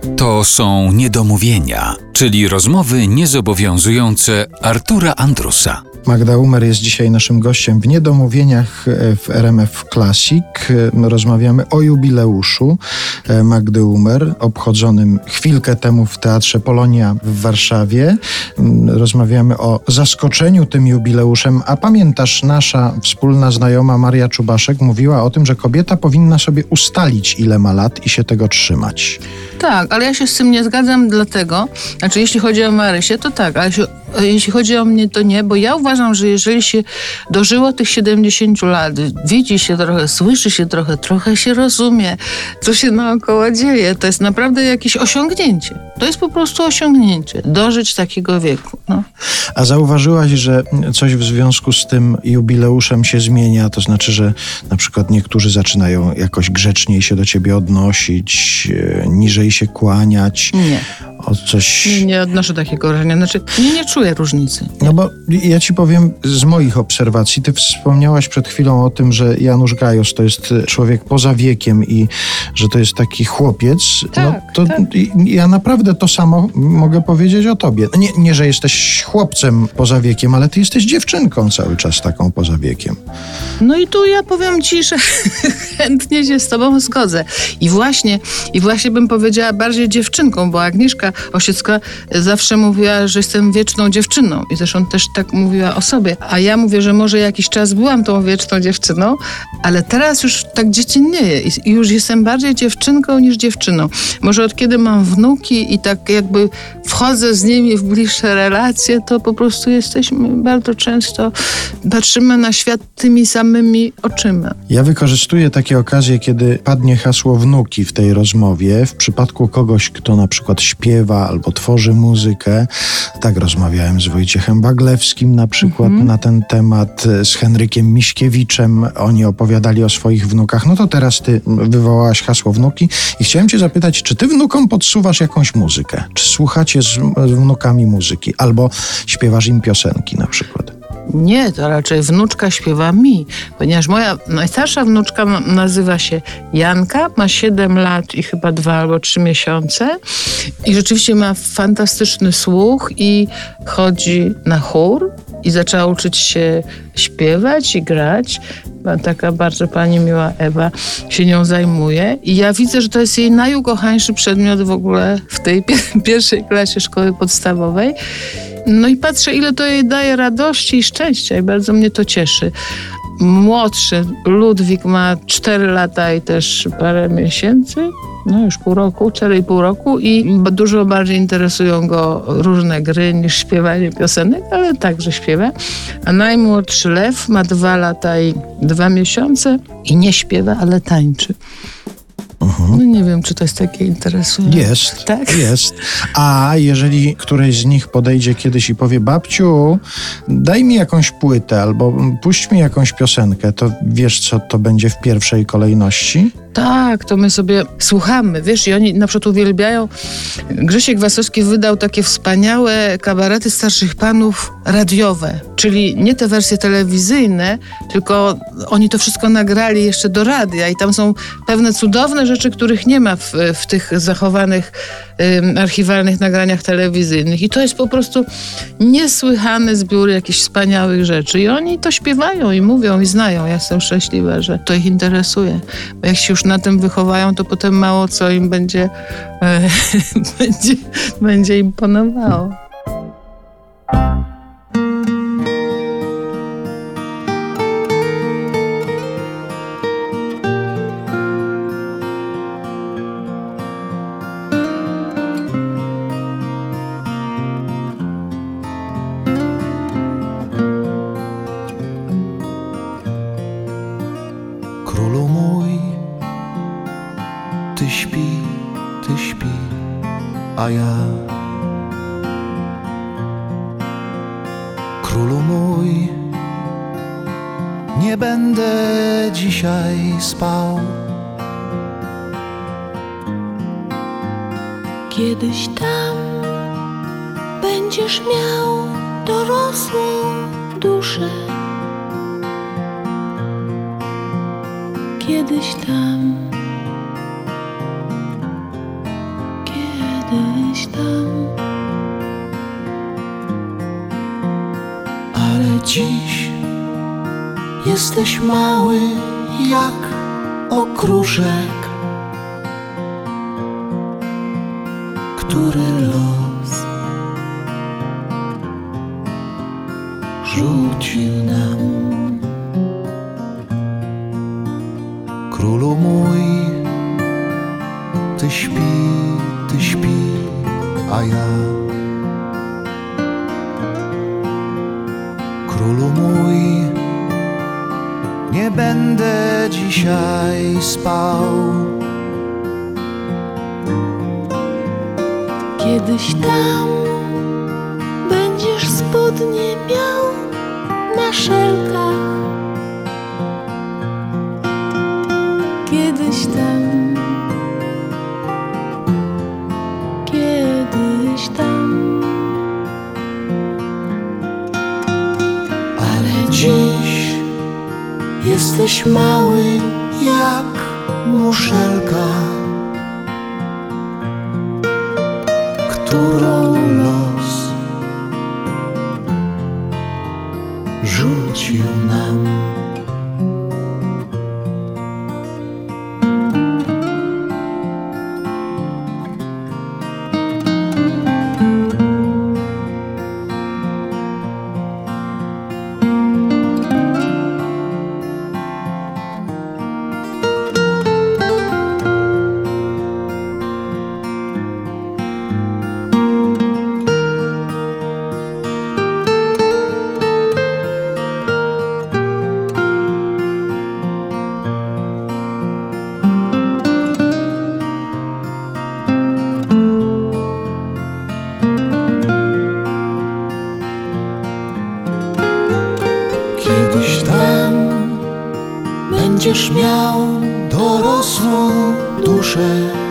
To są niedomówienia, czyli rozmowy niezobowiązujące Artura Andrusa. Magda Umer jest dzisiaj naszym gościem w Niedomówieniach w RMF Classic. Rozmawiamy o jubileuszu Magdy Umer, obchodzonym chwilkę temu w Teatrze Polonia w Warszawie. Rozmawiamy o zaskoczeniu tym jubileuszem. A pamiętasz, nasza wspólna znajoma Maria Czubaszek mówiła o tym, że kobieta powinna sobie ustalić, ile ma lat i się tego trzymać. Tak, ale ja się z tym nie zgadzam dlatego, jeśli chodzi o Marysię, to tak, ale jeśli chodzi o mnie, to nie, bo ja uważam, że jeżeli się dożyło tych 70 lat, widzi się trochę, słyszy się trochę się rozumie, co się naokoło dzieje, to jest naprawdę jakieś osiągnięcie. To jest po prostu osiągnięcie, dożyć takiego wieku. No. A zauważyłaś, że coś w związku z tym jubileuszem się zmienia? To znaczy, że na przykład niektórzy zaczynają jakoś grzeczniej się do ciebie odnosić, niżej się kłaniać. Nie. O coś... Nie odnoszę takiego wrażenia. Nie czuję różnicy. No bo ja ci powiem z moich obserwacji. Ty wspomniałaś przed chwilą o tym, że Janusz Gajos to jest człowiek poza wiekiem i że to jest taki chłopiec. Tak, no to tak. Ja naprawdę to samo mogę powiedzieć o tobie. Nie, że jesteś chłopcem poza wiekiem, ale ty jesteś dziewczynką cały czas taką poza wiekiem. No i tu ja powiem ci, że chętnie się z tobą zgodzę. I właśnie bym powiedziała bardziej dziewczynką, bo Agnieszka Osiecka zawsze mówiła, że jestem wieczną dziewczyną i zresztą też tak mówiła o sobie. A ja mówię, że może jakiś czas byłam tą wieczną dziewczyną, ale teraz już tak dziecinnieję i już jestem bardziej dziewczynką niż dziewczyną. Może od kiedy mam wnuki i tak jakby wchodzę z nimi w bliższe relacje, to po prostu jesteśmy bardzo często, patrzymy na świat tymi samymi oczyma. Ja wykorzystuję takie okazje, kiedy padnie hasło wnuki w tej rozmowie. W przypadku kogoś, kto na przykład śpiewa albo tworzy muzykę. Tak rozmawiałem z Wojciechem Baglewskim na przykład na ten temat, z Henrykiem Miśkiewiczem. Oni opowiadali o swoich wnukach. No to teraz ty wywołałaś hasło wnuki i chciałem cię zapytać, czy ty wnukom podsuwasz jakąś muzykę? Czy słuchacie z wnukami muzyki? Albo śpiewasz im piosenki na przykład? Nie, to raczej wnuczka śpiewa mi, ponieważ moja najstarsza wnuczka nazywa się Janka, ma 7 lat i chyba 2 albo 3 miesiące i rzeczywiście ma fantastyczny słuch i chodzi na chór i zaczęła uczyć się śpiewać i grać. Taka bardzo pani miła Ewa się nią zajmuje i ja widzę, że to jest jej najukochańszy przedmiot w ogóle w tej pierwszej klasie szkoły podstawowej. No i patrzę, ile to jej daje radości i szczęścia i bardzo mnie to cieszy. Młodszy Ludwik ma 4 lata i też parę miesięcy, no już pół roku, 4,5 roku i dużo bardziej interesują go różne gry niż śpiewanie piosenek, ale także śpiewa. A najmłodszy Lew ma 2 lata i 2 miesiące i nie śpiewa, ale tańczy. No nie wiem, czy to jest takie interesujące. Jest, tak? Jest. A jeżeli któreś z nich podejdzie kiedyś i powie: babciu, daj mi jakąś płytę albo puść mi jakąś piosenkę, to wiesz, co to będzie w pierwszej kolejności? Tak, to my sobie słuchamy, wiesz, i oni na przykład uwielbiają. Grzesiek Wasowski wydał takie wspaniałe kabarety starszych panów radiowe, czyli nie te wersje telewizyjne, tylko oni to wszystko nagrali jeszcze do radia i tam są pewne cudowne rzeczy, których nie ma w tych zachowanych archiwalnych nagraniach telewizyjnych i to jest po prostu niesłychany zbiór jakichś wspaniałych rzeczy i oni to śpiewają i mówią i znają. Ja jestem szczęśliwa, że to ich interesuje, bo jak się już na tym wychowają, to potem mało co im będzie imponowało. Królu mój, ty śpi, a ja. Królu mój, nie będę dzisiaj spał. Kiedyś tam będziesz miał dorosłą duszę. Kiedyś tam, kiedyś. kiedyś tam. Ale dziś jesteś mały jak okruszek, który los rzucił nam. Królu mój, ty śpi, a ja. Królu mój, nie będę dzisiaj spał. Kiedyś tam będziesz spodnie miał na szelkach. Kiedyś tam, kiedyś tam. Ale dziś jesteś mały jak muszelka, którą los rzucił nam. Kiedyś tam będziesz miał dorosłą duszę.